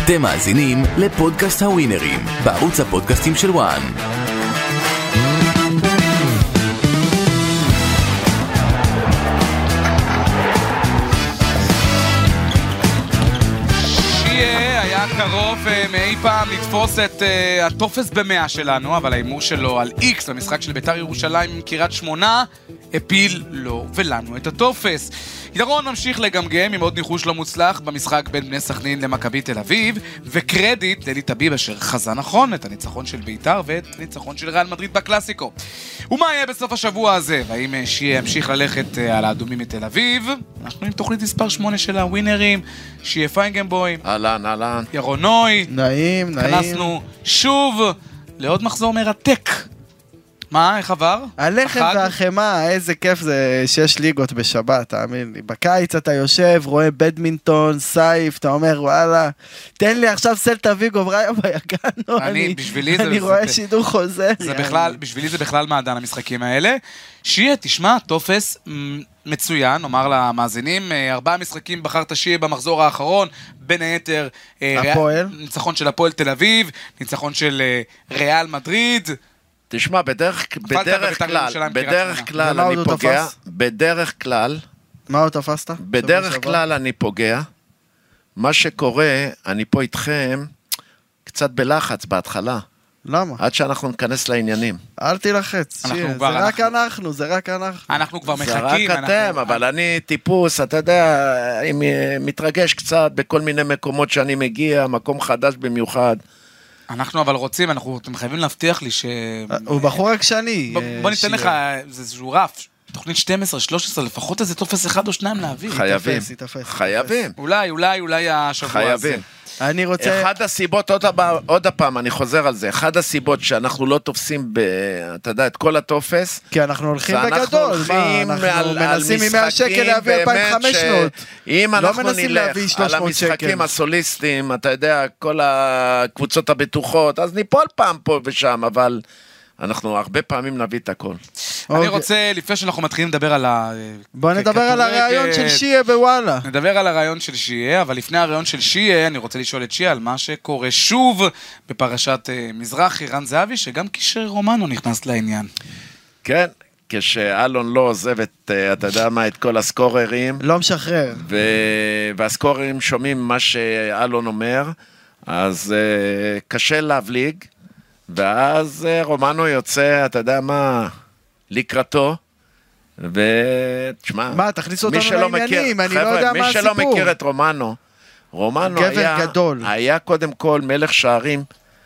אתם מאזינים לפודקאסט הווינרים, בערוץ הפודקאסטים של וואן. קרוב מאי פעם לתפוס את הטופס ב100 שלנו, אבל האימור שלו על X במשחק של בית"ר ירושלים עם קריית שמונה הפיל לו ולנו את הטופס. ירון ממשיך לגמגם עם עוד ניחוש לא מוצלח במשחק בין בני סכנין למכבי תל אביב, וקרדיט לאלי טביב אשר חזה נכון את הניצחון של בית"ר ואת הניצחון של ריאל מדריד בקלאסיקו. ומה יהיה בסוף השבוע הזה? והאם שיה ימשיך ללכת על האדומים מתל אביב? אנחנו עם תוכנית מספר 8 של הווינרים, שיה פיינגנבוים, אהלן ירון נוי, נעים. כנסנו שוב לעוד מחזור מרתק. מה, איך עבר? הלחם והחמה, איזה כיף זה 6 ליגות בשבת, תאמין לי. בקיץ אתה יושב, רואה בדמינטון, סייף, אתה אומר, וואלה, תן לי עכשיו סלטה ויגו בראיו ביגנו, אני רואה שידור חוזר. בשבילי זה בכלל מעדן המשחקים האלה. שיה, תשמע, טופס מצוין, נאמר למאזינים, 4 משחקים בחרת שיה במחזור האחרון, בין היתר ניצחון של הפועל תל אביב, ניצחון של ריאל מדריד. תשמע, בדרך כלל אני פוגע, מה עוד תפסת? בדרך כלל אני פוגע, מה שקורה, אני פה איתכם, קצת בלחץ בהתחלה. למה? עד שאנחנו ניכנס לעניינים. אל תלחץ, זה רק אנחנו. אנחנו כבר מחכים. זה רק אתם, אבל אני טיפוס, אתה יודע, מתרגש קצת בכל מיני מקומות שאני מגיע, מקום חדש במיוחד. אנחנו אבל רוצים, אתם חייבים להבטיח לי הוא בחור עקשני. בוא ניתן לך איזשהו רף, תוכנית 12, 13, לפחות איזה טופס 1 או 2 להביא. חייבים. אולי השבוע הזה. אני רוצה... אחד הסיבות, עוד הפעם, אני חוזר על זה, אחד הסיבות שאנחנו לא תופסים, אתה יודע, את כל הטופס, כי אנחנו הולכים בגדול, אנחנו מנסים מ100 שקל להביא 2,500, לא מנסים להביא 300 שקל. על המשחקים הסוליסטיים, אתה יודע, כל הקבוצות הבטוחות, אז ניפול פעם פה ושם, אבל... אנחנו הרבה פעמים נביא את הכל. אני רוצה, לפני שאנחנו מתחילים לדבר על בוא נדבר על הרעיון של שיה בוואלה. נדבר על הרעיון של שיה, אבל לפני הרעיון של שיה, אני רוצה לשאול את שיה על מה שקורה שוב בפרשת מזרחי, רן זהבי, שגם קישר רומנו נכנס לעניין. כן, כשאלון לא עוזב את, אתה יודע מה, את כל הסקוררים. לא משחרר. והסקוררים שומעים מה שאלון אומר, אז קשה להבליג. ואז רומנו יוצא, אתה יודע מה, לקראתו, ותשמע, מה, תכניס אותנו לעניינים, אני לא יודע מה הסיפור. מי שלא מכיר את רומנו היה קודם כל מלך שערים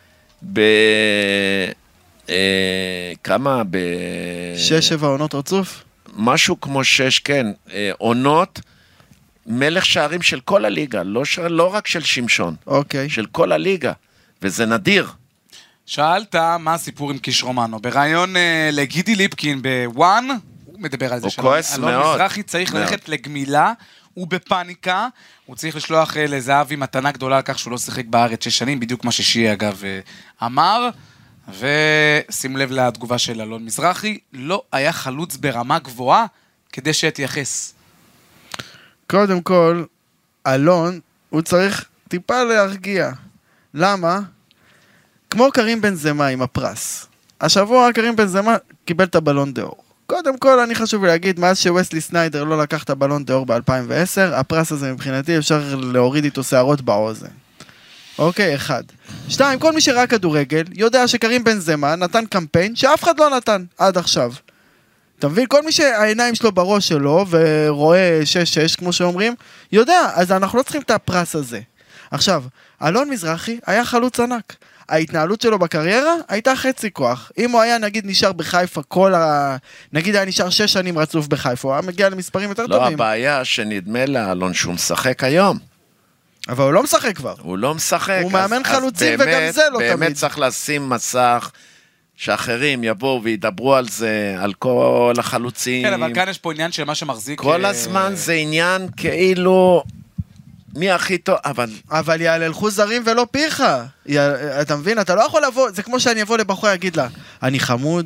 כמה? 6-7 עונות רצוף? משהו כמו 6, כן, עונות, מלך שערים של כל הליגה, לא רק של שמשון, של כל הליגה, וזה נדיר. שאלת מה הסיפור עם קיש רומנו, ברעיון לגידי ליפקין בוואן, הוא מדבר על זה אלון מזרחי צריך ללכת לגמילה, הוא בפאניקה, הוא צריך לשלוח לזהבי מתנה גדולה על כך שהוא לא שיחק בארץ 6 שנים, בדיוק מה ששיה אגב אמר, ושימו לב לתגובה של אלון מזרחי, לא היה חלוץ ברמה גבוהה כדי שתייחס. קודם כל, אלון, הוא צריך טיפה להרגיע. למה? כמו קרים בן זמה עם הפרס. השבוע קרים בן זמה קיבל את הבלון דאור. קודם כל, אני חשוב להגיד, מאז שווסלי סניידר לא לקח את הבלון דאור ב-2010, הפרס הזה מבחינתי אפשר להוריד איתו שערות באוזן. אוקיי, 1. 2, כל מי שראה כדורגל יודע שקרים בן זמה נתן קמפיין שאף אחד לא נתן עד עכשיו. אתה מבין? כל מי שהעיניים שלו בראש שלו ורואה 6-6 כמו שאומרים, יודע, אז אנחנו לא צריכים את הפרס הזה. עכשיו, אלון מזרחי היה חלוץ ענק. ההתנהלות שלו בקריירה הייתה חצי כוח. אם הוא היה נגיד נשאר בחיפה נגיד היה נשאר 6 שנים רצוף בחיפה, הוא היה מגיע למספרים יותר טובים. לא, הבעיה שנדמה לאלון שהוא משחק היום. אבל הוא לא משחק כבר. הוא לא משחק. הוא מאמן חלוצים וגם זה לא תמיד. באמת צריך לשים מסך שאחרים יבואו וידברו על זה, על כל החלוצים. כן, אבל כאן יש פה עניין של מה שמחזיק... כל הזמן זה עניין כאילו... מי הכי טוב, אבל יעללכו זרים ולא פיך. אתה מבין? אתה לא יכול לבוא, זה כמו שאני אבוא לבחור יגיד לה, אני חמוד,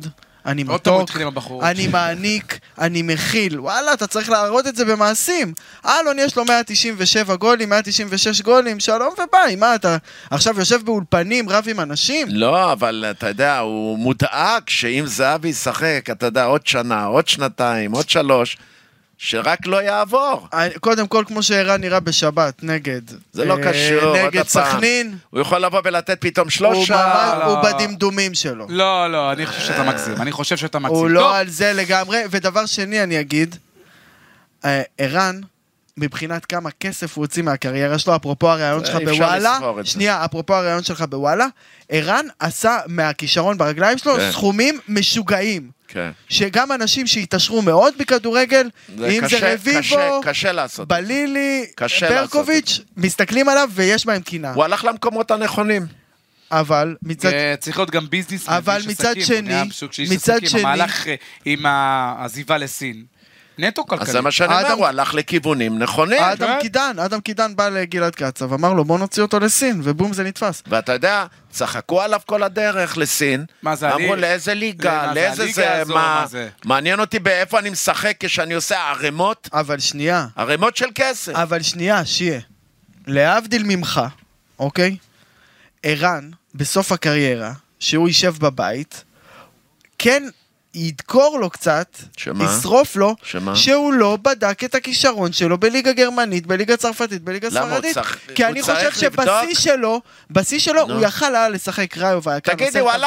אני עוד פעם הוא מתוק, התחיל עם הבחור. אני מעניק, אני מכיל. וואלה, אתה צריך להראות את זה במעשים. אלון יש לו 197 גולים, 196 גולים, שלום וביי. מה אתה עכשיו יושב באולפנים, רב עם אנשים? לא, אבל אתה יודע, הוא מודאג שאם זהבי ישחק, אתה יודע, עוד שנה, עוד שנתיים, עוד 3, שרק לא יעבור. קודם כל, כמו שערן נראה בשבת, נגד. זה לא קשור, נגד סכנין. הוא יכול לבוא ולתת פתאום 3. הוא בדמדומים שלו. לא, אני חושב שאתה מגזים. הוא לא על זה לגמרי. ודבר שני, אני אגיד, ערן, מבחינת כמה כסף הוא הוציא מהקריירה שלו, אפרופו הרעיון שלך בוואלה, אפרופו הרעיון שלך בוואלה, ערן עשה מהכישרון ברגליים שלו סכומים משוגעים. שגם אנשים שהתעשרו מאוד בכדורגל, אם זה רביבו, בלילי, ברקוביץ', מסתכלים עליו ויש בהם קינה. הוא הלך למקומות הנכונים. אבל מצד... צריך להיות גם ביזנס. אבל מצד שני, המהלך עם העזיבה לסין. נטו כלכלי. אז זה מה שאני אומר, הוא הלך לכיוונים נכונים. אדם קידן בא לגלעד קצב, אמר לו בוא נוציא אותו לסין, ובום זה נתפס. ואתה יודע, צחקו עליו כל הדרך לסין, אמרו לאיזה ליגה, לאיזה זה, מעניין אותי באיפה אני משחק כשאני עושה ערימות, אבל שנייה. ערימות של כסף. אבל שנייה, שיהיה. להבדיל ממך, אוקיי? ערן, בסוף הקריירה, שהוא יישב בבית, כן... ידקור לו קצת, ישרוף לו, שהוא לא בדק את הכישרון שלו בליגה גרמנית, בליגה צרפתית, בליגה ספרדית. כי אני חושב שבשיא שלו הוא יכל לשחק ראיו והיקר. תגידי, הוא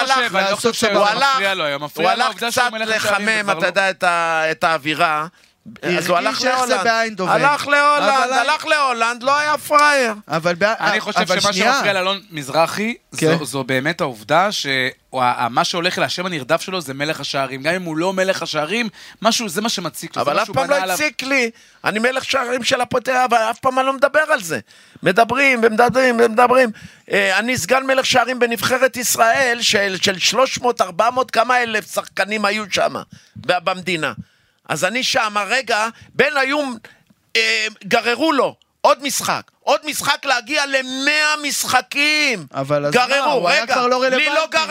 הלך קצת לחמם, אתה יודע, את האווירה. אז הוא הלך להולנד, לא היה פרייר. אני חושב שמה שמפריע לאלון מזרחי, זו באמת העובדה שמה שהולך לשם הנרדף שלו זה מלך השערים. גם אם הוא לא מלך השערים, זה מה שמציק לו. אבל אף פעם לא הציק לי. אני מלך שערים של הפותח, אבל אף פעם אני לא מדבר על זה. מדברים. אני סגן מלך שערים בנבחרת ישראל של 300, 400, כמה אלף שחקנים היו שם במדינה. אז אני שם, רגע, בניון גררו לו עוד משחק להגיע ל100 משחקים. אבל אז גררו, רגע, לי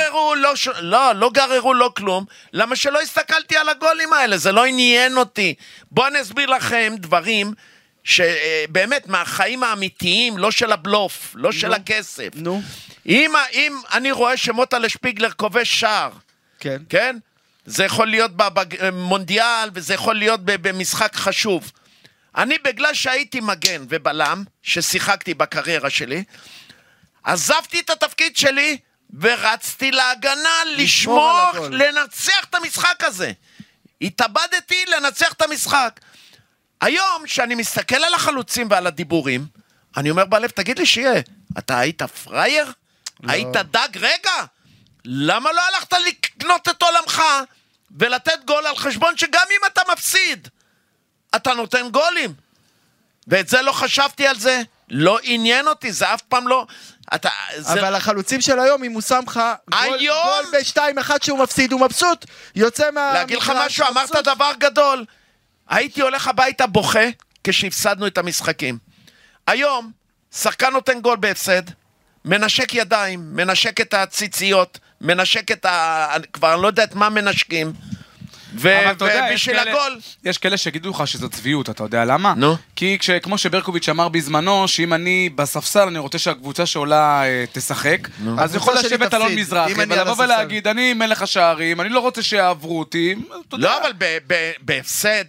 לא גררו לא כלום, למה שלא הסתכלתי על הגולים האלה, זה לא עניין אותי. בואו אני אסביר לכם דברים שבאמת מהחיים האמיתיים, לא של הבלוף, לא של הכסף. אם אני רואה שמוטה שפיגלר כובש שער, כן? זה יכול להיות במונדיאל, וזה יכול להיות במשחק חשוב. אני בגלל שהייתי מגן ובלם, ששיחקתי בקריירה שלי, עזבתי את התפקיד שלי, ורצתי להגנה, לשמור, לנצח את המשחק הזה. התאבדתי לנצח את המשחק. היום, שאני מסתכל על החלוצים ועל הדיבורים, אני אומר בלב, תגיד לי שיהיה, אתה היית פרייר? היית דג? רגע! למה לא הלכת לקנות את עולמך ולתת גול על חשבון שגם אם אתה מפסיד, אתה נותן גולים? ואת זה לא חשבתי על זה, לא עניין אותי, זה אף פעם לא... אבל החלוצים של היום, אם הוא שם לך גול ב-2-1 שהוא מפסיד, הוא מבסוט, יוצא מה... להגיד לך משהו, אמרת דבר גדול. הייתי הולך הביתה בוכה כשהפסדנו את המשחקים. היום, שחקן נותן גול בהפסד, מנשק ידיים, מנשק את הציציות, מנשק את כבר אני לא יודעת מה מנשקים, ובשביל הגול... יש כאלה שגידו לך שזו צביעות, אתה יודע למה? נו. כי כמו שברקוביץ' אמר בזמנו, שאם אני בספסל אני רוצה שהקבוצה שעולה תשחק, אז יכול לשבת אלון מזרחי, ולבוא ולהגיד, אני מלך השערים, אני לא רוצה שיעברו אותי. לא, אבל בהפסד,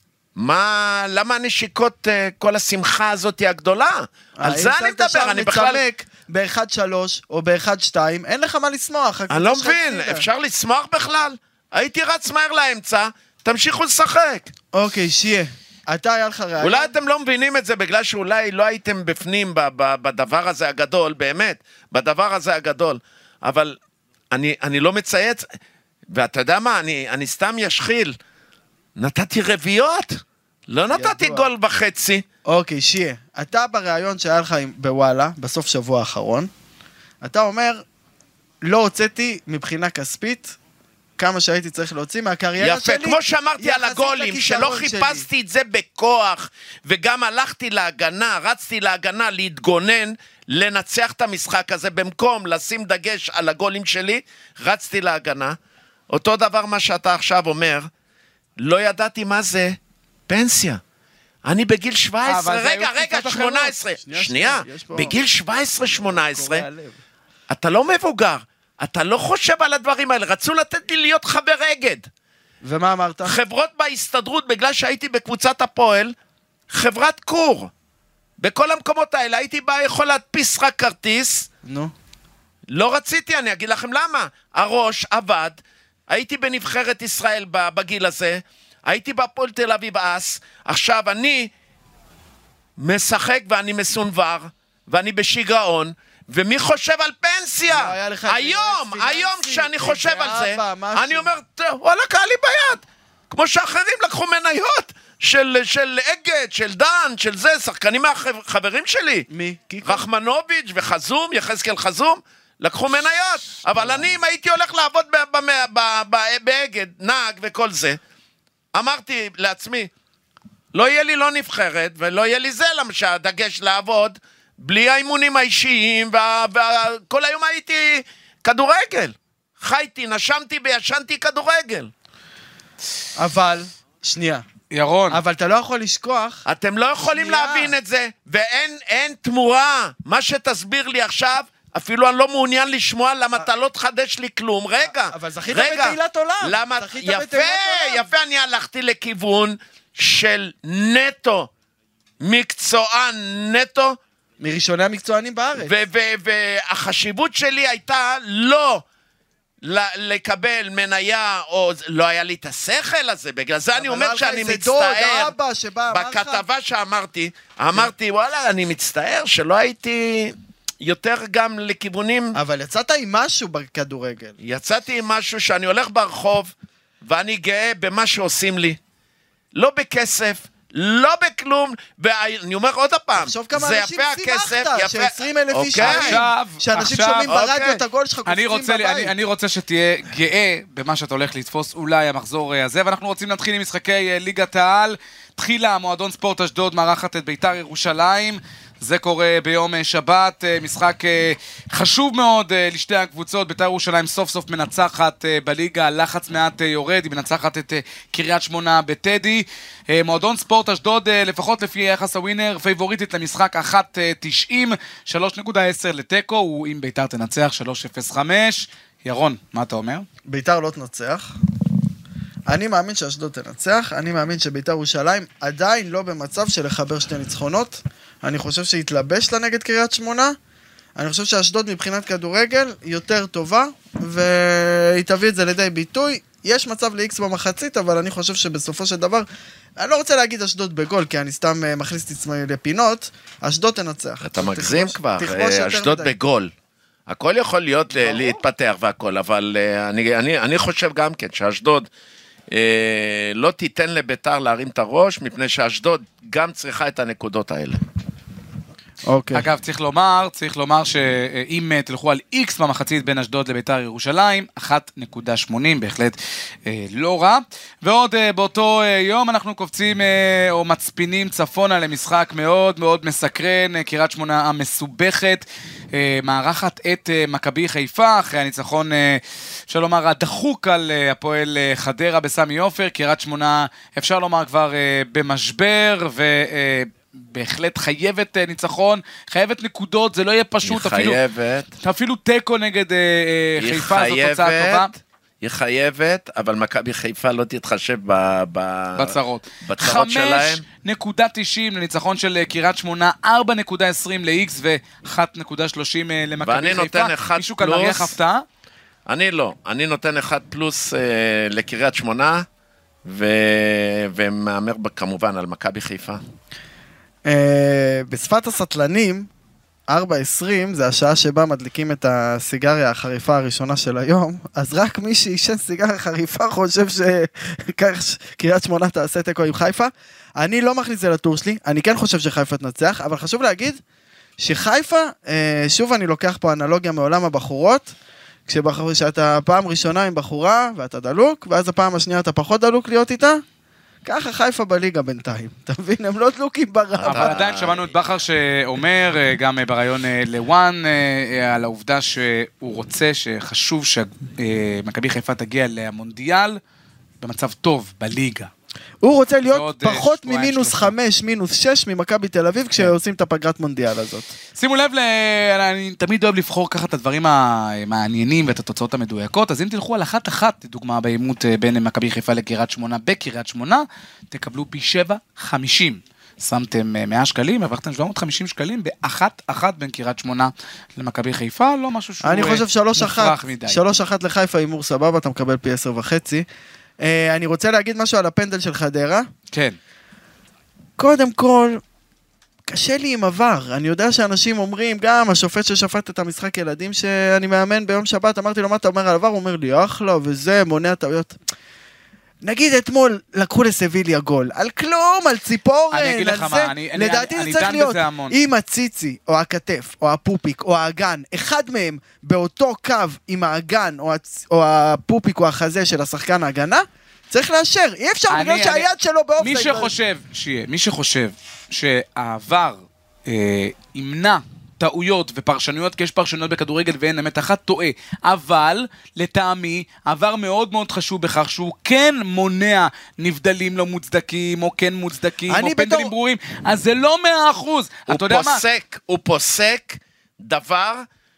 למה הנשיקות, כל השמחה הזאת היא הגדולה? על זה אני מדבר, אני בכלל... ב-1-3 או ב-1-2, אין לך מה לשמוח. אני לא מבין, אפשר לשמוח בכלל? הייתי רץ מהר לאמצע, תמשיכו לשחק. אוקיי, שיהיה. אתה היה לך רעיון. אולי אתם לא מבינים את זה, בגלל שאולי לא הייתם בפנים בדבר הזה הגדול, באמת, בדבר הזה הגדול. אבל אני לא מצייץ, ואתה יודע מה, אני סתם ישחיל. נתתי רביעיות, לא נתתי גול וחצי. אוקיי, שיהיה. אתה ברעיון שהיה לך בוואלה, בסוף שבוע האחרון, אתה אומר, לא הוצאתי מבחינה כספית, כמה שהייתי צריך להוציא מהקריירה שלי. יפה, כמו שאמרתי על הגולים, שלא חיפשתי את זה בכוח, וגם הלכתי להגנה, רצתי להגנה, להתגונן, לנצח את המשחק הזה, במקום לשים דגש על הגולים שלי, רצתי להגנה. אותו דבר מה שאתה עכשיו אומר, לא ידעתי מה זה פנסיה. אני בגיל 17, רגע, 18, שנייה, בגיל 17-18, אתה לא מבוגר, אתה לא חושב על הדברים האלה, רצו לתת לי להיות חבר אגד. ומה אמרת? חברות בהסתדרות, בגלל שהייתי בקבוצת הפועל, חברת קור. בכל המקומות האלה, הייתי יכול להדפיס רק כרטיס. נו. לא רציתי, אני אגיד לכם למה. הראש עבד, הייתי בנבחרת ישראל בגיל הזה, הייתי בפועל תל אביב אס, עכשיו אני משחק ואני מסונבר, ואני בשיגעון, ומי חושב על פנסיה? היום כשאני חושב על זה, אני אומר, וואלה, קהל לי ביד. כמו שאחרים לקחו מניות של אגד, של דן, של זה, שחקנים מהחברים שלי. מי? רחמנוביץ' וחזום, יחזקאל חזום, לקחו מניות. אבל אני, אם הייתי הולך לעבוד באגד, נהג וכל זה, אמרתי לעצמי, לא יהיה לי לא נבחרת, ולא יהיה לי זה, למה שהדגש לעבוד, בלי האימונים האישיים, וכל היום הייתי כדורגל. חייתי, נשמתי וישנתי כדורגל. אבל, שנייה. ירון. אבל אתה לא יכול לשכוח. אתם לא יכולים להבין את זה, ואין תמורה. מה שתסביר לי עכשיו, אפילו אני לא מעוניין לשמוע למה אתה לא תחדש לי כלום. רגע. אבל זכית בתהילת עולם. למה? יפה, אני הלכתי לכיוון של נטו, מקצוען נטו, מראשוני המקצוענים בארץ. והחשיבות שלי הייתה לא לקבל מניה, או לא היה לי את השכל הזה, בגלל זה אני אומר שאני מצטער. בכתבה שאמרתי, וואלה, אני מצטער שלא הייתי יותר גם לכיוונים. אבל יצאת עם משהו בכדורגל. יצאתי עם משהו שאני הולך ברחוב, ואני גאה במה שעושים לי. לא בכסף, לא בכלום, ואני אומר עוד הפעם, תחשוב כמה אנשים סיבכת, ש20,000 איש שאנשים שומעים ברדיו את הגול שלך קופצים בבית. אני רוצה שתהיה גאה במה שאתה הולך לתפוס אולי המחזור הזה, ואנחנו רוצים להתחיל עם משחקי ליגת העל. תחילה, מועדון ספורט אשדוד מארחת את ביתר ירושלים, זה קורה ביום שבת, משחק חשוב מאוד לשתי הקבוצות. ביתר ירושלים סוף סוף מנצחת בליגה, לחץ מעט יורד, היא מנצחת את קריית שמונה בטדי. מועדון ספורט אשדוד, לפחות לפי יחס הווינר, פייבוריטית למשחק 1.90, 3.10 לטקו, הוא אם ביתר תנצח 3.05. ירון, מה אתה אומר? ביתר לא תנצח. אני מאמין שאשדוד תנצח, אני מאמין שביתר ירושלים עדיין לא במצב של לחבר שתי ניצחונות. אני חושב שהתלבש לה נגד קריית שמונה, אני חושב שאשדוד מבחינת כדורגל יותר טובה, והיא תביא את זה לידי ביטוי. יש מצב ל-X במחצית, אבל אני חושב שבסופו של דבר, אני לא רוצה להגיד אשדוד בגול, כי אני סתם מכניס את עצמי לפינות, אשדוד תנצח. אתה מגזים כבר, אשדוד בגול. הכל יכול להיות להתפתח והכל, אבל אני חושב גם כן שאשדוד לא תיתן לביתר להרים את הראש, מפני שאשדוד גם צריכה את הנקודות האלה. אוקיי. אגב, צריך לומר שאם תלכו על X במחצית בין אשדוד לביתר ירושלים, 1.80, בהחלט לא רע. ועוד באותו יום אנחנו קופצים או מצפינים צפונה למשחק מאוד מאוד מסקרן, קריית שמונה המסובכת, מארחת את מכבי חיפה, אחרי הניצחון, אפשר לומר, הדחוק על הפועל חדרה בסמי עופר. קריית שמונה, אפשר לומר, כבר במשבר, בהחלט חייבת ניצחון, חייבת נקודות, זה לא יהיה פשוט, אפילו טקו נגד חיפה זו תוצאה טובה. היא חייבת, אבל מכבי חיפה לא תתחשב בצרות. בצרות שלהם. 5.90 לניצחון של קריית שמונה, 4.20 ל-X ו-1.30 למכבי חיפה. מישהו כאן מריח הפתעה? אני לא, אני נותן 1 פלוס לקריית שמונה, ומאמר כמובן על מכבי חיפה. בשפת הסטלנים, 4.20 זה השעה שבה מדליקים את הסיגריה החריפה הראשונה של היום, אז רק מי שישן סיגריה חריפה חושב שקריית שמונה תעשה תיקו עם חיפה. אני לא מכניס זה לטור שלי, אני כן חושב שחיפה תנצח, אבל חשוב להגיד שחיפה, שוב אני לוקח פה אנלוגיה מעולם הבחורות, כשאתה פעם ראשונה עם בחורה ואתה דלוק, ואז הפעם השנייה אתה פחות דלוק להיות איתה, ככה חיפה בליגה בינתיים. אתה מבין? הם לא דלוקים ברמה. אבל עדיין שמענו את בכר שאומר, גם ברעיון לוואן, על העובדה שהוא רוצה, שחשוב שמכבי חיפה תגיע למונדיאל במצב טוב בליגה. הוא רוצה להיות פחות ממינוס 5, מינוס 6 ממכבי תל אביב, כשעושים את הפגרת מונדיאל הזאת. שימו לב, אני תמיד אוהב לבחור ככה את הדברים המעניינים ואת התוצאות המדויקות, אז אם תלכו על אחת, דוגמה בעימות בין מכבי חיפה לקריית שמונה בקריית שמונה, תקבלו פי 7.50. שמתם 100 שקלים, הרווחתם 750 שקלים באחת בין קריית שמונה למכבי חיפה, לא משהו שהוא אני חושב מופרך מדי. 3-1 לחיפה, אימור סבבה, אתה מקבל פי 10.5. אני רוצה להגיד משהו על הפנדל של חדרה. כן. קודם כל, קשה לי עם עבר. אני יודע שאנשים אומרים, גם השופט ששפט את המשחק ילדים שאני מאמן ביום שבת, אמרתי לו, מה אתה אומר על עבר? הוא אומר לי, אחלה, וזה מונע טעויות. נגיד אתמול לקחו לסביליה גול, על כלום, על ציפורן, אני אגיד לך מה, לדעתי זה צריך להיות, אם הציצי, או הכתף, או הפופיק, או האגן, אחד מהם באותו קו עם האגן, או הפופיק, או החזה של השחקן ההגנה, צריך לאשר, אי אפשר, בגלל שהיד שלו באופסייד. מי שחושב שהעבר ימנע טעויות ופרשנויות, כי יש פרשנויות בכדורגל ואין אמת אחת, טועה. אבל, לטעמי, עבר מאוד מאוד חשוב בכך שהוא כן מונע נבדלים לא מוצדקים, או כן מוצדקים, או פנדלים ברורים, אז זה לא 100%. אתה יודע מה? הוא פוסק דבר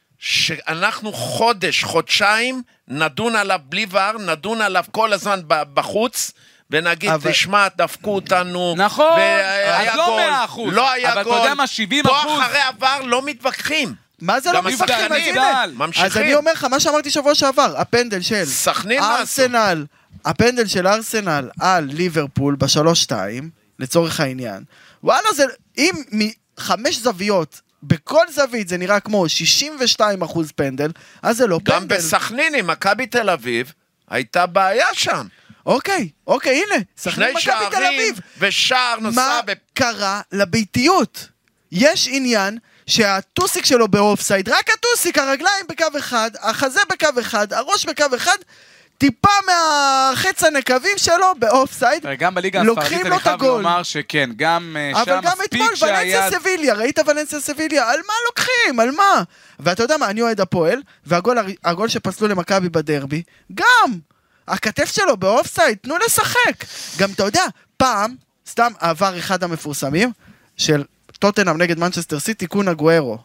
שאנחנו חודשיים נדון עליו בלי ור, נדון עליו כל הזמן בחוץ, ונגיד, תשמע, דפקו אותנו. נכון, אז לא 100%. לא היה גול. אבל אתה יודע מה, 70%. פה אחרי עבר לא מתווכחים. מה זה לא מתווכחים? אז אני אומר לך, מה שאמרתי שבוע שעבר, הפנדל של ארסנל, הפנדל של ארסנל על ליברפול ב3-2, לצורך העניין, וואלה, אם מ5 זוויות, בכל זווית זה נראה כמו 62% פנדל, אז זה לא פנדל. גם בסכנין עם מכבי תל אביב, הייתה בעיה שם. אוקיי, הנה, שחקנים מכבי תל אביב. ושער נוסף. מה קרה לביתיות? יש עניין שהטוסיק שלו באופסייד, רק הטוסיק, הרגליים בקו אחד, החזה בקו אחד, הראש בקו אחד, טיפה מהחץ הנקבים שלו באופסייד, גם בליגה הספרדית אני חייב לומר שכן, גם שם מספיק שהיד... אבל גם אתמול, ולנסיה סביליה, ראית ולנסיה סביליה, על מה לוקחים, על מה? ואתה יודע מה, אני אוהד הפועל, והגול שפסלו למכבי בדרבי, גם... הכתף שלו באופסייד, תנו לשחק. גם אתה יודע, פעם, סתם עבר אחד המפורסמים, של טוטנהאם נגד מנצ'סטר סיטי, קון אגוארו.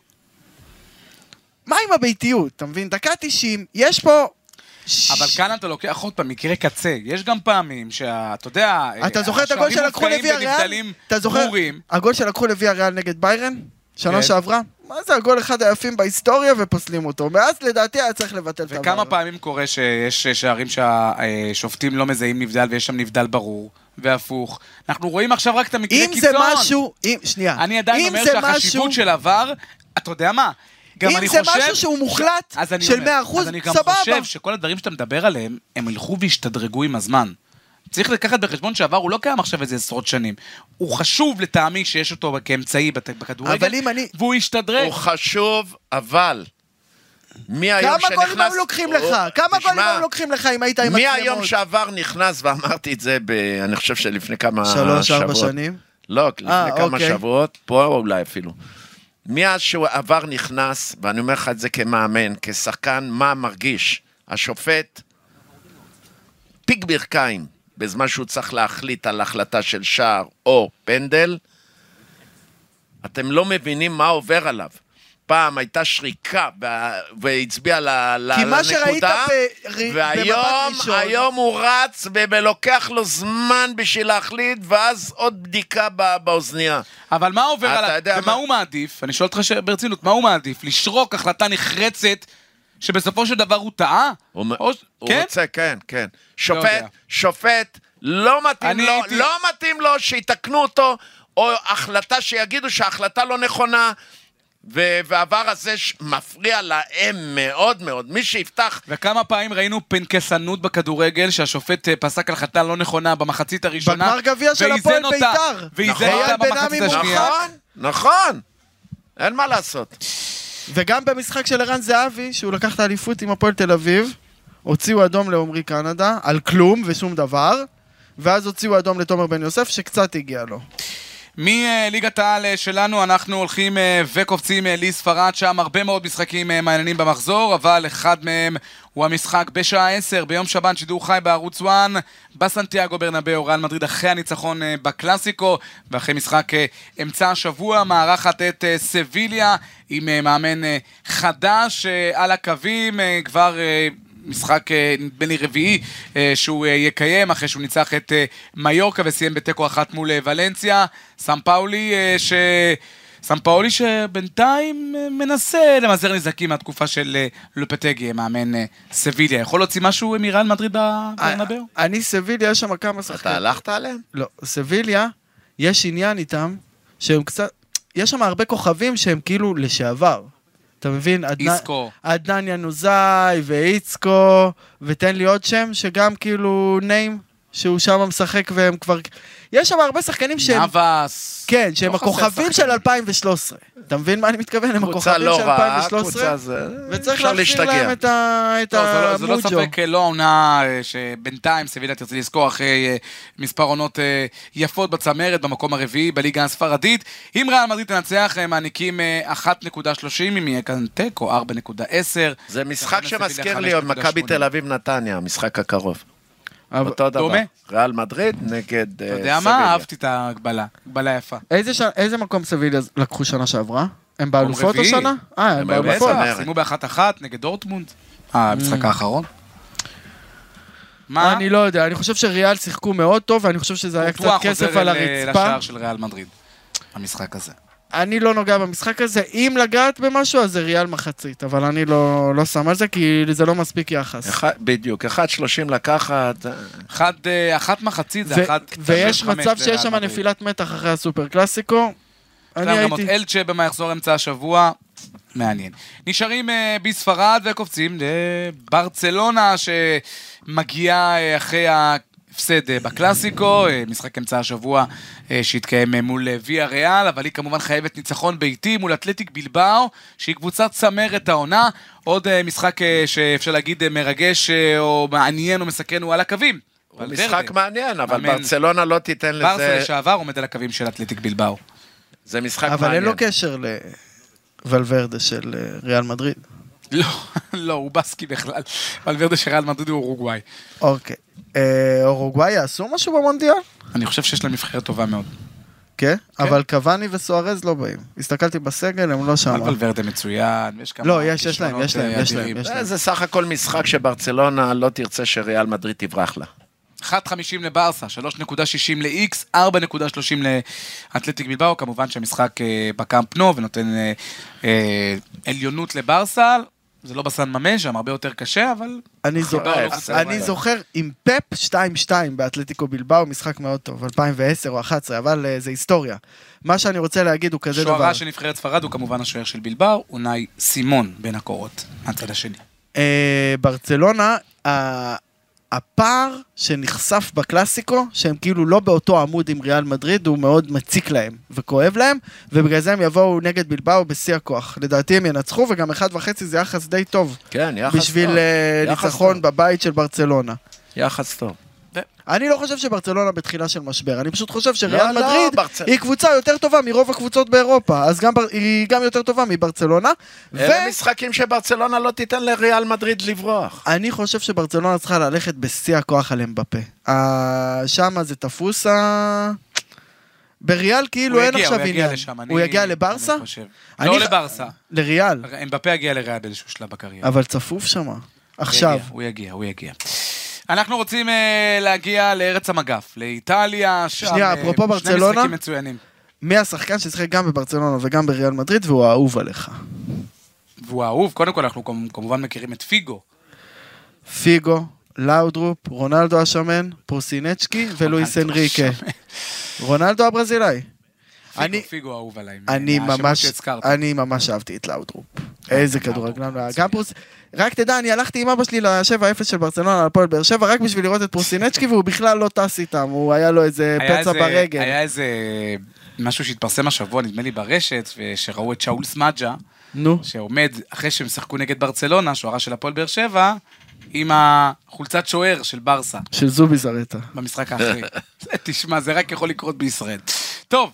מה עם הביתיות? אתה מבין? דקה 90, יש פה... אבל כאן אתה לוקח עוד פעם, מקרה קצה. יש גם פעמים שאתה יודע... אתה זוכר את הגול שלקחו לוי הריאל? אתה זוכר? הגול שלקחו לוי הריאל נגד ביירן? שנה שעברה? מה זה הגול אחד היפים בהיסטוריה ופוסלים אותו? מאז לדעתי היה צריך לבטל את העבר. וכמה פעמים קורה שיש שערים שהשופטים לא מזהים נבדל ויש שם נבדל ברור והפוך. אנחנו רואים עכשיו רק את המקרה קיצון. אם זה משהו, שנייה. אני עדיין אומר שהחשיבות של עבר, אתה יודע מה? אם זה משהו שהוא מוחלט של 100%, סבבה. אז אני גם חושב שכל הדברים שאתה מדבר עליהם, הם ילכו והשתדרגו עם הזמן. צריך לקחת בחשבון שעבר, הוא לא קיים עכשיו איזה עשרות שנים. הוא חשוב לטעמי שיש אותו כאמצעי בכדורגל, והוא ישתדרג. הוא חשוב, אבל... כמה גולים הם לוקחים לך? כמה גולים הם לוקחים לך אם היית עם מצלמות? מהיום שעבר נכנס, ואמרתי את זה, אני חושב שלפני כמה שבועות. 3-4 שנים? לא, לפני כמה שבועות, פה אולי אפילו. מאז שהוא עבר נכנס, ואני אומר לך את זה כמאמן, כשחקן, מה מרגיש? השופט, פיק ברכיים, בזמן שהוא צריך להחליט על החלטה של שער או פנדל, אתם לא מבינים מה עובר עליו. פעם הייתה שריקה והצביע לנקודה, והיום הוא רץ ולוקח לו זמן בשביל להחליט, ואז עוד בדיקה באוזנייה. אבל מה עובר עליו? ומה הוא מעדיף? אני שואל אותך ברצינות, מה הוא מעדיף? לשרוק החלטה נחרצת שבסופו של דבר הוא טעה? הוא רוצה, כן. שופט, לא מתאים לו שיתקנו אותו, או החלטה שיגידו שההחלטה לא נכונה, והעבר הזה מפריע להם מאוד מאוד. מי שיפתח... וכמה פעמים ראינו פנקסנות בכדורגל, שהשופט פסק על החלטה לא נכונה במחצית הראשונה, בגמר גביע של הפועל בית"ר. ואיזן אותה במחצית השנייה. נכון. אין מה לעשות. וגם במשחק של ערן זהבי, שהוא לקח את האליפות עם הפועל תל אביב, הוציאו אדום לעומרי קנדה, על כלום ושום דבר, ואז הוציאו אדום לתומר בן יוסף, שקצת הגיע לו. מליגת העל שלנו אנחנו הולכים וקופצים לספרד, שם הרבה מאוד משחקים מעניינים במחזור, אבל אחד מהם הוא המשחק בשעה 10 ביום שבת, שידור חי בערוץ 1 בסנטיאגו ברנבאו. ריאל מדריד אחרי הניצחון בקלאסיקו ואחרי משחק אמצע השבוע מארחת את סביליה עם מאמן חדש על הקווים, כבר משחק בני רביעי שהוא יקיים אחרי שהוא ניצח את מיורקה וסיים בתיקו 1 מול ולנסיה. סמפאולי שבינתיים מנסה למזער נזקים מהתקופה של לופטגי, מאמן סביליה. יכול להוציא משהו מריאל מדריד בברנבאו? אני סביליה, יש שם כמה שחקנים. אתה הלכת עליהם? לא, סביליה, יש עניין איתם, שהם קצת, יש שם הרבה כוכבים שהם כאילו לשעבר. אתה מבין? איסקו. עדנן ינוזאי ואיצקו, ותן לי עוד שם שגם כאילו ניים, שהוא שם משחק והם כבר... יש שם הרבה שחקנים שהם... נאבס. כן, שהם הכוכבים של 2013. אתה מבין מה אני מתכוון? הם הכוכבים של 2013. וצריך להחזיר להם את המוג'ו. זה לא ספק לא העונה שבינתיים סביליה תרצה לזכור אחרי מספר עונות יפות בצמרת במקום הרביעי בליגה הספרדית. אם ריאל מדריד תנצח, הם מעניקים 1.30, אם יהיה כאן תיקו 4.10. זה משחק שמזכיר לי עוד מכבי תל אביב נתניה, המשחק הקרוב. אותו דבר. ריאל מדריד נגד סביליה. אתה יודע מה? אהבתי את ההגבלה. הגבלה יפה. איזה מקום סביליה לקחו שנה שעברה? הם באלופות השנה? הם באלופות. שימו ב1-1 נגד דורטמונד. המשחק האחרון. מה? אני לא יודע. אני חושב שריאל שיחקו מאוד טוב, ואני חושב שזה היה קצת כסף על הרצפה. לשער של ריאל מדריד. המשחק הזה. אני לא נוגע במשחק הזה, אם לגעת במשהו, אז זה ריאל מחצית, אבל אני לא שם על זה, כי זה לא מספיק יחס. בדיוק, 1.30 לקחת. אחת מחצית זה 1.5. ויש מצב שיש שם נפילת מתח אחרי הסופר קלאסיקו. אני הייתי... אלצ'ה במחזור אמצע השבוע, מעניין. נשארים בספרד וקופצים לברצלונה, שמגיעה אחרי הפסד בקלאסיקו, משחק אמצע השבוע שהתקיים מול ויה ריאל, אבל היא כמובן חייבת ניצחון ביתי מול אתלטיק בילבאו, שהיא קבוצת צמרת העונה. עוד משחק שאפשר להגיד מרגש או מעניין או מסקרן הוא על הקווים. משחק מעניין, אבל ברצלונה לא תיתן לזה... ברסה לשעבר עומד על הקווים של אתלטיק בילבאו. זה משחק מעניין. אבל אין לו קשר לוולברדה של ריאל מדריד. לא, הוא בסקי בכלל. וולברדה של ריאל מדריד הוא אורוגוואי. אוקיי. אורוגוואי יעשו משהו במונדיאל? אני חושב שיש להם נבחרת טובה מאוד. כן? אבל קוואני וסוארז לא באים. הסתכלתי בסגל, הם לא שם. וולברדה מצוין. לא, יש להם. זה סך הכל משחק שברצלונה לא תרצה שריאל מדריד תברח לה. 1.50 לברסה, 3.60 ל-X, 4.30 לאתלטיק בילבאו, כמובן שהמשחק בקאמפ נו ונותן עליונות לברסה, זה לא בסן ממש, שם הרבה יותר קשה, אבל... אני זוכר עם פפ 2-2 באתלטיקו בילבאו, משחק מאוד טוב, 2010 או 2011, אבל זה היסטוריה. מה שאני רוצה להגיד הוא כזה דבר. שוערה של נבחרת ספרד הוא כמובן השוער של בילבאו, אונאי סימון בין הקורות, מהצד השני. ברצלונה, הפער שנחשף בקלאסיקו, שהם כאילו לא באותו עמוד עם ריאל מדריד, הוא מאוד מציק להם וכואב להם, ובגלל זה הם יבואו נגד בילבאו בשיא הכוח. לדעתי הם ינצחו, וגם 1.5 זה יחס די טוב. כן, יחס טוב. בשביל ניצחון בבית של ברצלונה. יחס טוב. אני לא חושב שברצלונה בתחילה של משבר, אני פשוט חושב שריאל מדריד היא קבוצה יותר טובה מרוב הקבוצות באירופה, אז היא גם יותר טובה מברצלונה. אלה משחקים שברצלונה לא תיתן לריאל מדריד לברוח. אני חושב שברצלונה צריכה ללכת בשיא הכוח על אמבפה. שם זה תפוס בריאל כאילו אין עכשיו עניין. הוא יגיע לברסה? לא לברסה. לריאל. אמבפה יגיע לריאל באיזשהו שלב בקריירה. אבל צפוף שם. עכשיו. הוא יגיע. אנחנו רוצים להגיע לארץ המגף, לאיטליה, שנייה, אפרופו ברצלונה, שני משחקים מצוינים. מי השחקן ששחק גם בברצלונה וגם בריאל מדריד, והוא האהוב עליך? והוא האהוב, קודם כל אנחנו כמובן מכירים את פיגו, לאודרופ, רונלדו השמן, פרוסינצ'קי ולואיס אנריקה. רונלדו הברזילאי. פיגו אהוב עליי. אני ממש אהבתי את לאודרופ. איזה כדורגלן. רק תדע, אני הלכתי עם אבא שלי ל-7-0 של ברצלונה על הפועל באר שבע, רק בשביל לראות את פרוסינצ'קי, והוא בכלל לא טס איתם, הוא היה לו איזה פצע ברגל. היה איזה משהו שהתפרסם השבוע, נדמה לי ברשת, שראו את שאול סמאג'ה, שעומד, אחרי שהם שחקו נגד ברצלונה, שוערה של הפועל באר שבע, עם החולצת שוער של ברסה. של זובי זרטה. במשחק האחרי. תשמע, זה רק יכול לקרות בישראל. טוב,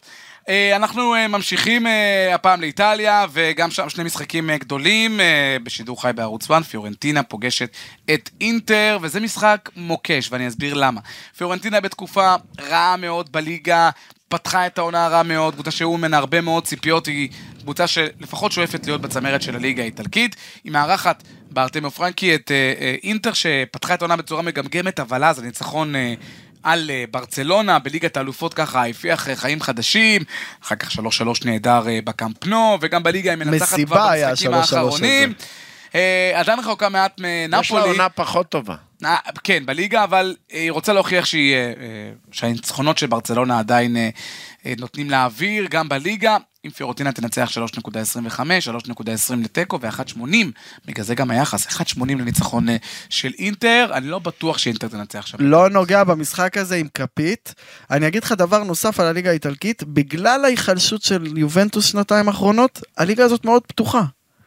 אנחנו ממשיכים הפעם לאיטליה, וגם שם שני משחקים גדולים, בשידור חי בערוץ 1, פיורנטינה פוגשת את אינטר, וזה משחק מוקש, ואני אסביר למה. פיורנטינה בתקופה רעה מאוד בליגה, פתחה את העונה רעה מאוד, קבוצה שהוא ממנה הרבה מאוד ציפיות, היא קבוצה שלפחות שואפת להיות בצמרת של הליגה האיטלקית, היא מארחת בארטמיו פרנקי את אינטר, שפתחה את העונה בצורה מגמגמת, אבל אז הניצחון על ברצלונה, בליגת האלופות ככה, הפיח חיים חדשים, אחר כך 3-3 נהדר בקמפ נו, וגם בליגה היא מנצחת כבר במשחקים האחרונים. עדיין רחוקה מעט מנפולי. יש לה עונה פחות טובה. כן, בליגה, אבל היא רוצה להוכיח שהניצחונות של ברצלונה עדיין נותנים לאוויר, גם בליגה. אם פיורנטינה תנצח 3.25, 3.20 לטקו ו-1.80, בגלל זה גם היחס, 1.80 לניצחון של אינטר, אני לא בטוח שאינטר תנצח שם. לא נוגע במשחק הזה עם כפית. אני אגיד לך דבר נוסף על הליגה האיטלקית, בגלל ההיחלשות של יובנטוס שנתיים האחרונות, הליגה הזאת מאוד פתוחה.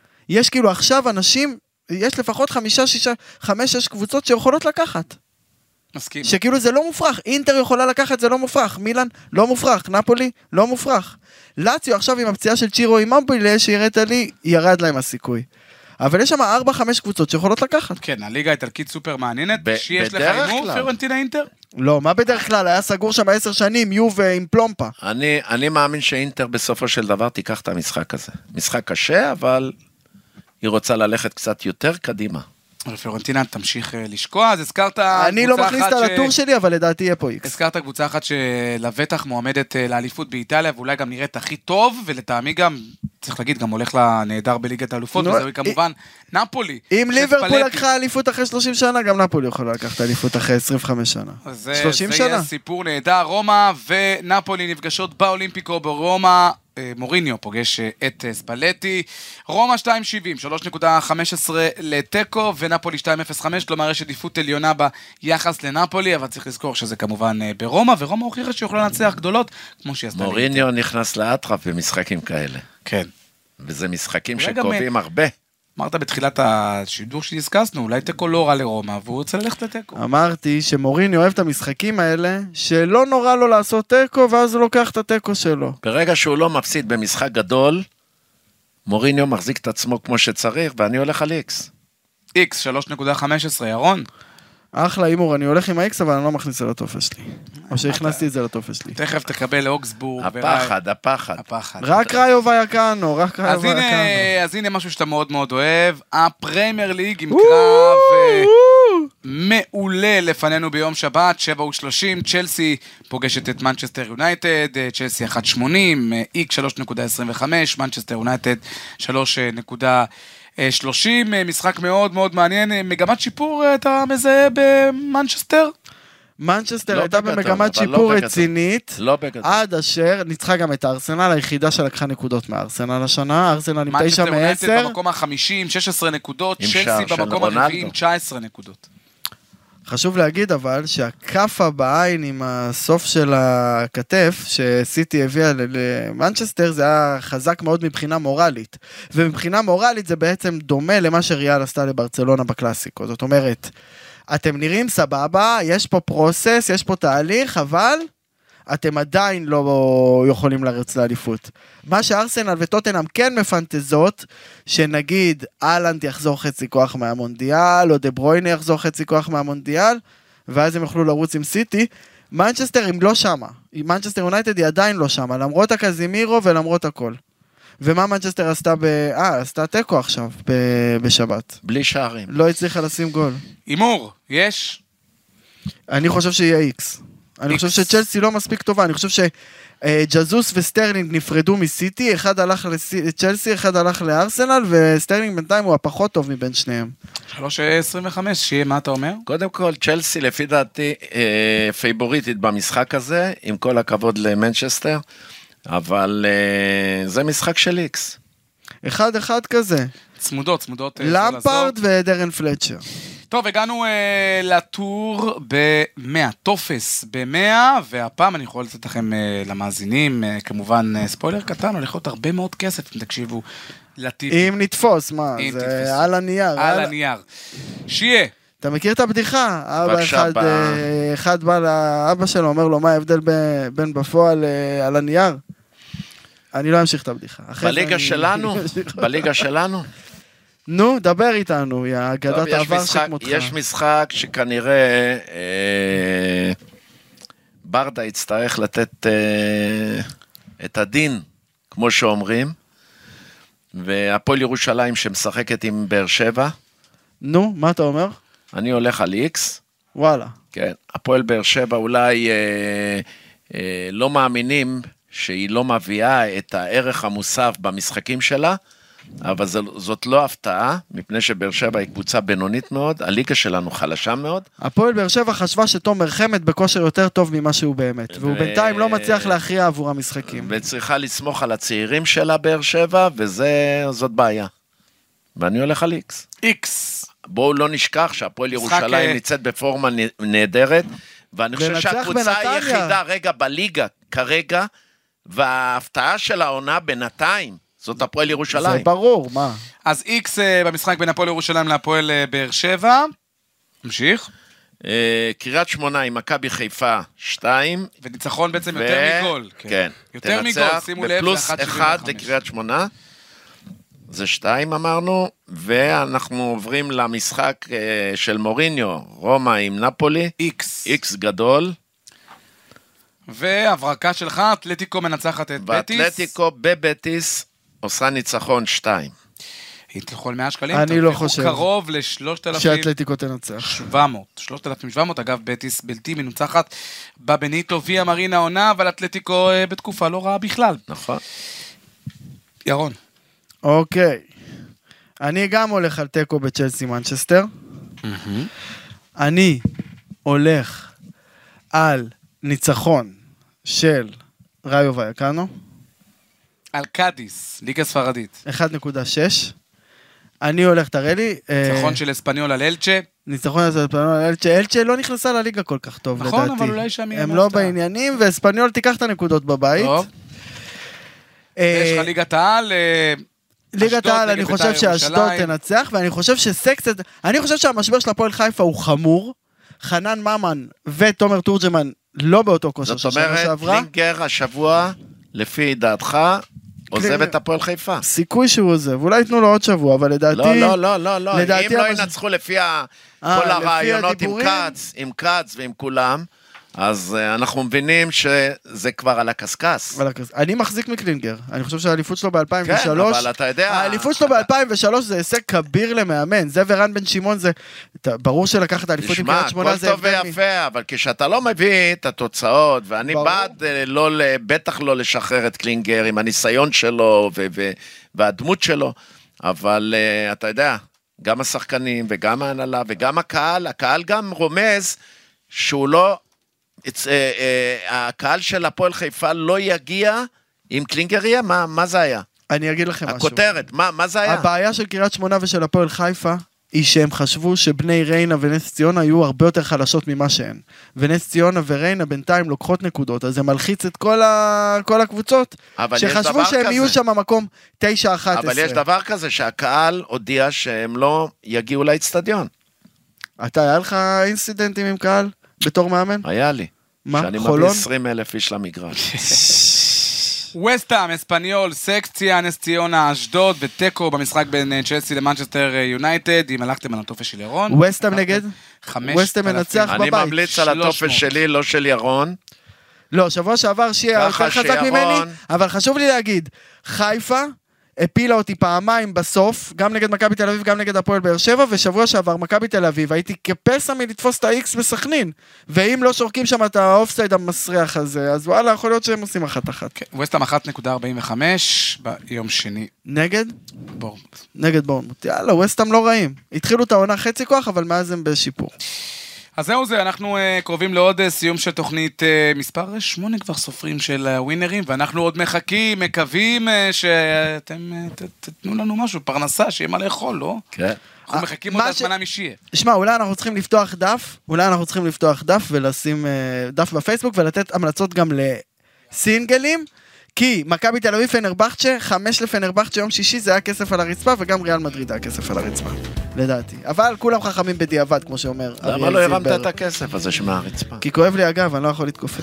יש כאילו עכשיו אנשים, יש לפחות 5-6 קבוצות שיכולות לקחת. מסכים. שכאילו זה לא מופרך, אינטר יכולה לקחת, זה לא מופרך, מילאן לא מופרך, נפולי לא מופרך. לאציו עכשיו עם הפציעה של צ'ירו עם ממבוילה שירת לי, ירד להם הסיכוי. אבל יש שם 4-5 קבוצות שיכולות לקחת. כן, הליגה האיטלקית סופר מעניינת, שיש לך אימור פיורנטינה אינטר? לא, מה בדרך כלל? היה סגור שם 10 שנים, יובה עם פלומפה. אני מאמין שאינטר בסופו של דבר תיקח את המשחק הזה. משחק קשה, אבל היא רוצה ללכת קצת יותר קדימה. פיורנטינה תמשיך לשקוע, אז הזכרת... אני לא מכניס את הטור שלי, אבל לדעתי יהיה פה איקס. הזכרת קבוצה אחת שלבטח מועמדת לאליפות באיטליה, ואולי גם נראית הכי טוב, ולטעמי גם, צריך להגיד, גם הולך לנהדר בליגת האלופות, וזהו כמובן נפולי. אם ליברפול לקחה אליפות אחרי 30 שנה, גם נפולי יכולה לקחת אליפות אחרי 25 שנה. 30 שנה. זה יהיה סיפור נהדר, רומא ונפולי נפגשות באולימפיקו ברומא, מוריניו פוגש את ספלטי, רומא 2.70, 3.15 לטקו, ונפולי 2.05, כלומר יש עדיפות עליונה ביחס לנפולי, אבל צריך לזכור שזה כמובן ברומא, ורומא הוכיחה שיוכלה לנצח גדולות, כמו שהיא עשתה. מוריניו נכנס לאטרף במשחקים כאלה. כן. וזה משחקים שקובעים הרבה. אמרת בתחילת השידור שדיסקסנו, אולי טקו לא רע לרומא, והוא רוצה ללכת לטקו. אמרתי שמוריניו אוהב את המשחקים האלה, שלא נורא לו לעשות טקו, ואז הוא לוקח את הטקו שלו. ברגע שהוא לא מפסיד במשחק גדול, מוריניו מחזיק את עצמו כמו שצריך, ואני הולך על איקס. איקס, 3.15, ירון. אחלה אימור, אני הולך עם האיקס, אבל אני לא מכניס על הטופס שלי. או שהכנסתי את זה לטופס שלי. תכף תקבל לאוקסבורג. הפחד. רק ראיו ויקנו, רק ראיו ויקנו. אז הנה משהו שאתה מאוד מאוד אוהב, הפריימר ליג עם קרב מעולה לפנינו ביום שבת, 7:30, צ'לסי פוגשת את מנצ'סטר יונייטד, צ'לסי 1.80, איק 3.25, מנצ'סטר יונייטד 3.30, משחק מאוד מאוד מעניין, מגמת שיפור אתה מזהה במנצ'סטר? מנצ'סטר הייתה במגמת שיפור רצינית, עד אשר ניצחה גם את הארסנל, היחידה שלקחה נקודות מהארסנל השנה, הארסנל עם 9 מ-10. מנצ'סטר יונייטד במקום ה-50, 16 נקודות, צ'לסי במקום ה-40, 19 נקודות. חשוב להגיד אבל שהקפה בעין עם הסוף של הכתף שסיטי הביאה למנצ'סטר זה היה חזק מאוד מבחינה מורלית, ומבחינה מורלית זה בעצם דומה למה שריאל עשתה לברצלונה בקלאסיקו, זאת אומרת, אתם נראים סבבה, יש פה פרוסס, יש פה תהליך, אבל אתם עדיין לא יכולים לרץ לאליפות. מה שארסנל וטוטנהאם כן מפנטזות, שנגיד אהלנד יחזור חצי כוח מהמונדיאל, או דה ברוינה יחזור חצי כוח מהמונדיאל, ואז הם יוכלו לרוץ עם סיטי. מנצ'סטר הם לא שמה, מנצ'סטר יונייטד היא עדיין לא שמה, למרות הקזימירו ולמרות הכל. ומה מנצ'סטר עשתה עשתה טקו עכשיו בשבת. בלי שערים. לא הצליחה לשים גול. אימור, יש? אני חושב שיהיה איקס. אני חושב שצ'לסי לא מספיק טובה, אני חושב שג'זוס וסטרלינג נפרדו מסיטי, אחד הלך לצ'לסי, אחד הלך לארסנל, וסטרלינג בינתיים הוא הפחות טוב מבין שניהם. 3.25, שיהיה, מה אתה אומר? קודם כל, צ'לסי לפי דעתי פייבוריטית במשחק הזה, עם כל הכבוד למנצ'סטר, אבל זה משחק של איקס. 1-1 כזה. צמודות. למפרד ודרן פלצ'ר. טוב, הגענו לטור ב-100, טופס ב-100, והפעם אני יכול לתת לכם למאזינים, כמובן ספוילר קטן, הולך להיות הרבה מאוד כסף, אם תקשיבו לטיפ. אם נתפוס, מה? זה על הנייר. על הנייר. שיהיה אתה מכיר את הבדיחה? אבא בבקשה, אחד בא לאבא שלו, אומר לו, מה ההבדל בין בפועל על הנייר? אני לא אמשיך את הבדיחה. בליגה שלנו. נו, דבר איתנו, יא אגדת העבר שכמותך. יש משחק שכנראה ברדה יצטרך לתת את הדין, כמו שאומרים, והפועל ירושלים שמשחקת עם באר שבע. נו, מה אתה אומר? אני הולך על איקס. וואלה. כן, הפועל באר שבע אולי לא מאמינים שהיא לא מביאה את הערך המוסף במשחקים שלה, אבל זאת לא הפתעה, מפני שבאר שבע היא קבוצה בינונית מאוד, הליגה שלנו חלשה מאוד. הפועל באר שבע חשבה שתומר חמד בכושר יותר טוב ממה שהוא באמת, והוא בינתיים לא מצליח להכריע עבור המשחקים. וצריכה לסמוך על הצעירים שלה באר שבע, וזאת בעיה. ואני הולך על איקס. איקס. בואו לא נשכח שהפועל ירושלים ניצאת בפורמה נהדרת, ואני חושב שהקבוצה היחידה רגע בליגה כרגע, וההפתעה של העונה בינתיים, זאת הפועל ירושלים. זה ברור, מה? אז איקס במשחק בין הפועל ירושלים להפועל באר שבע. נמשיך. קריית שמונה עם מכבי חיפה 2. וניצחון בעצם יותר מגול. כן. יותר מגול, שימו לב. בפלוס 1 לקריית שמונה. זה 2 אמרנו, ואנחנו עוברים למשחק של מוריניו, רומא עם נפולי. איקס גדול. והברקה שלך, אתלטיקו מנצחת את בטיס. ואתלטיקו בבטיס עושה ניצחון 2. היא תלכו על 100 שקלים. אני לא חושב. קרוב ל-3,000. שאתלטיקו תנצח. 3,700, אגב, בטיס בלתי מנוצחת בבניטו ויה מרינה עונה, אבל אתלטיקו בתקופה לא רעה בכלל. נכון. ירון. אוקיי. אני גם הולך על טקו בצ'לסי מנצ'סטר. אני הולך על ניצחון של ראיו ויאקנו. על קאדיס, ליגה ספרדית. 1.6. אני הולך, תראה לי. ניצחון של אספניול על אלצ'ה. ניצחון של אספניול על אלצ'ה. אלצ'ה לא נכנסה לליגה כל כך טוב, לדעתי. נכון, אבל אולי שם יהיה הם לא בעניינים, ואספניול תיקח את הנקודות בבית. טוב. יש לך ליגת העל. ליגת העל, אני חושב שאשדוד תנצח, ואני חושב אני חושב שהמשבר של הפועל חיפה הוא חמור. חנן ממן ותומר תורג'מן לא באותו כושר של שנה שעברה. זאת אומרת, קלינגר השבוע, לפי דעתך, עוזב את הפועל חיפה. סיכוי שהוא עוזב, אולי ייתנו לו עוד שבוע, אבל לדעתי... לא, אם לא ינצחו לפי כל הרעיונות עם קץ ועם כולם, אז אנחנו מבינים שזה כבר על הקסקס. אני מחזיק מקלינגר, אני חושב שהאליפות שלו ב-2003, כן, אבל אתה יודע... האליפות שלו ב-2003 זה הישג כביר למאמן, זה ורן בן שמעון זה... ברור שלקחת האליפות עם קריית שמונה זה... הכל טוב ויפה, אבל כשאתה לא מביא את התוצאות, ואני בעד בטח לא לשחרר את קלינגר עם הניסיון שלו והדמות שלו, אבל אתה יודע, גם השחקנים וגם ההנהלה וגם הקהל גם רומז שהוא לא... הקהל של הפועל חיפה לא יגיע עם קלינגר יהיה? מה זה היה? אני אגיד לכם משהו. הכותרת, מה זה היה? הבעיה של קריית שמונה ושל הפועל חיפה היא שהם חשבו שבני ריינה ונס ציונה היו הרבה יותר חלשות ממה שהן. ונס ציונה וריינה בינתיים לוקחות נקודות, אז זה מלחיץ את כל הקבוצות שחשבו שהם יהיו שם מקום 9-11. אבל יש דבר כזה שהקהל הודיע שהם לא יגיעו לאצטדיון. אתה, היה לך אינסידנטים עם קהל? בתור מאמן? היה לי. מה? שאני חולון? מביא 20,000 איש למגרש. וסטהאם, אספניול, סקציה, נס ציונה, אשדוד וטקו במשחק בין צ'לסי למנצ'סטר יונייטד. אם הלכתם על הטופס של ירון. וסטהאם נגד? וסטהאם מנצח בבית. אני ממליץ על הטופס שלי, לא של ירון. לא, שבוע שעבר שיהיה יותר חזק ממני, אבל חשוב לי להגיד, חיפה הפילה אותי פעמיים בסוף, גם נגד מכבי תל אביב, גם נגד הפועל באר שבע, ושבוע שעבר מכבי תל אביב, הייתי כפסע מלתפוס את ה-X בסכנין, ואם לא שורקים שם את האופסייד המסריח הזה, אז וואלה, יכול להיות שהם עושים 1-1. וסטהאם 1.45 ביום שני. נגד? בורנמוט. נגד בורנמוט. יאללה, וסטהאם לא רעים. התחילו את העונה חצי כוח, אבל מאז הם בשיפור. אז זהו זה, אנחנו קרובים לעוד סיום של תוכנית מספר 8 כבר סופרים של הווינרים, ואנחנו עוד מחכים, מקווים שאתם תתנו לנו משהו, פרנסה, שיהיה מה לאכול, לא? כן. אנחנו מחכים עוד הזמנה משיהיה. שמע, אולי אנחנו צריכים לפתוח דף, ולשים דף בפייסבוק, ולתת המלצות גם לסינגלים, כי מכבי תל אביב פנרבחצ'ה, 5 לפנרבחצ'ה יום שישי, זה היה כסף על הרצפה, וגם ריאל מדריד היה כסף על הרצפה. לדעתי. אבל כולם חכמים בדיעבד, כמו שאומר אריאל למה לא הרמת זילבר. את הכסף הזה שמהרצפה? כי כואב לי הגב, אני לא יכול להתכופף.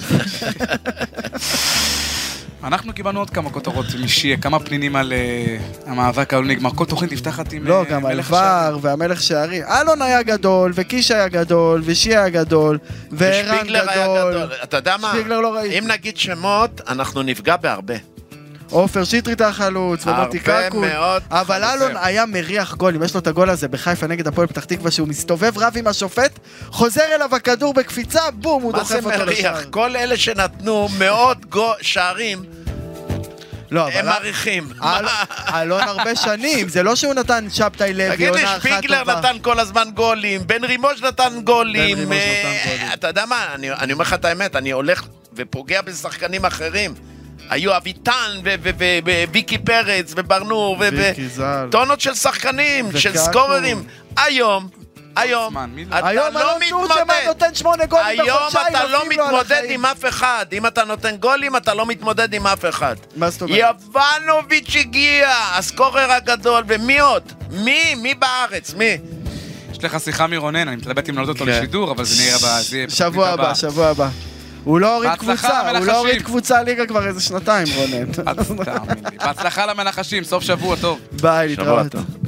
אנחנו קיבלנו עוד כמה כותרות משיה, כמה פנינים על המאבק העלול נגמר. כל תוכנית נפתחת עם לא, גם על ור והמלך שערים. אלון היה גדול, וקיש היה גדול, ושי היה גדול, וערן ושפיגלר היה גדול. גדול. אתה יודע מה? שפיגלר לא ראיתי. אם נגיד שמות, אנחנו נפגע בהרבה. עופר שטרית החלוץ, ומוטי הרבה קקון. מאוד אבל אלון היה מריח גולים, יש לו את הגול הזה בחיפה נגד הפועל פתח תקווה, שהוא מסתובב רב עם השופט, חוזר אליו הכדור בקפיצה, בום, הוא מה דוחף זה אותו מריח? לשער. כל אלה שנתנו מאות שערים, לא, הם אבל מעריכים. אלון הרבה שנים, זה לא שהוא נתן שבתאי לוי, תגיד לי, עונה אחת שפיגלר טובה. נתן כל הזמן גולים, בן רימוש נתן גולים. בן רימוש נתן גולים. אתה יודע מה, אני אומר לך את האמת, אני הולך ופוגע בשחקנים היו אביטן וויקי פרץ וברנור ויקי ז"ל. טונות של שחקנים, של וקקו. סקוררים. היום אתה היום לא אלון תורג'מן מתמודד. נותן 8 גולים היום בחודשיים, אתה לא עפים לו על מתמודד החיים. עם אף אחד. אם אתה נותן גולים, אתה לא מתמודד עם אף אחד. מה זאת אומרת? יובנוביץ' הגיע, הסקורר הגדול, ומי עוד? מי בארץ? מי? יש לך שיחה מרונן, אני מתלבט אם לעלות אותו כן. לשידור, אבל זה נראה בתוכנית שבוע הבא, הבאה. שבוע הבא. הוא לא הוריד בהצלחה קבוצה, הוא למנחשים. לא הוריד קבוצה ליגה כבר איזה שנתיים, רונן. אז תאמין לי. בהצלחה למנחשים, סוף שבוע טוב. ביי, שבוע להתראות. טוב.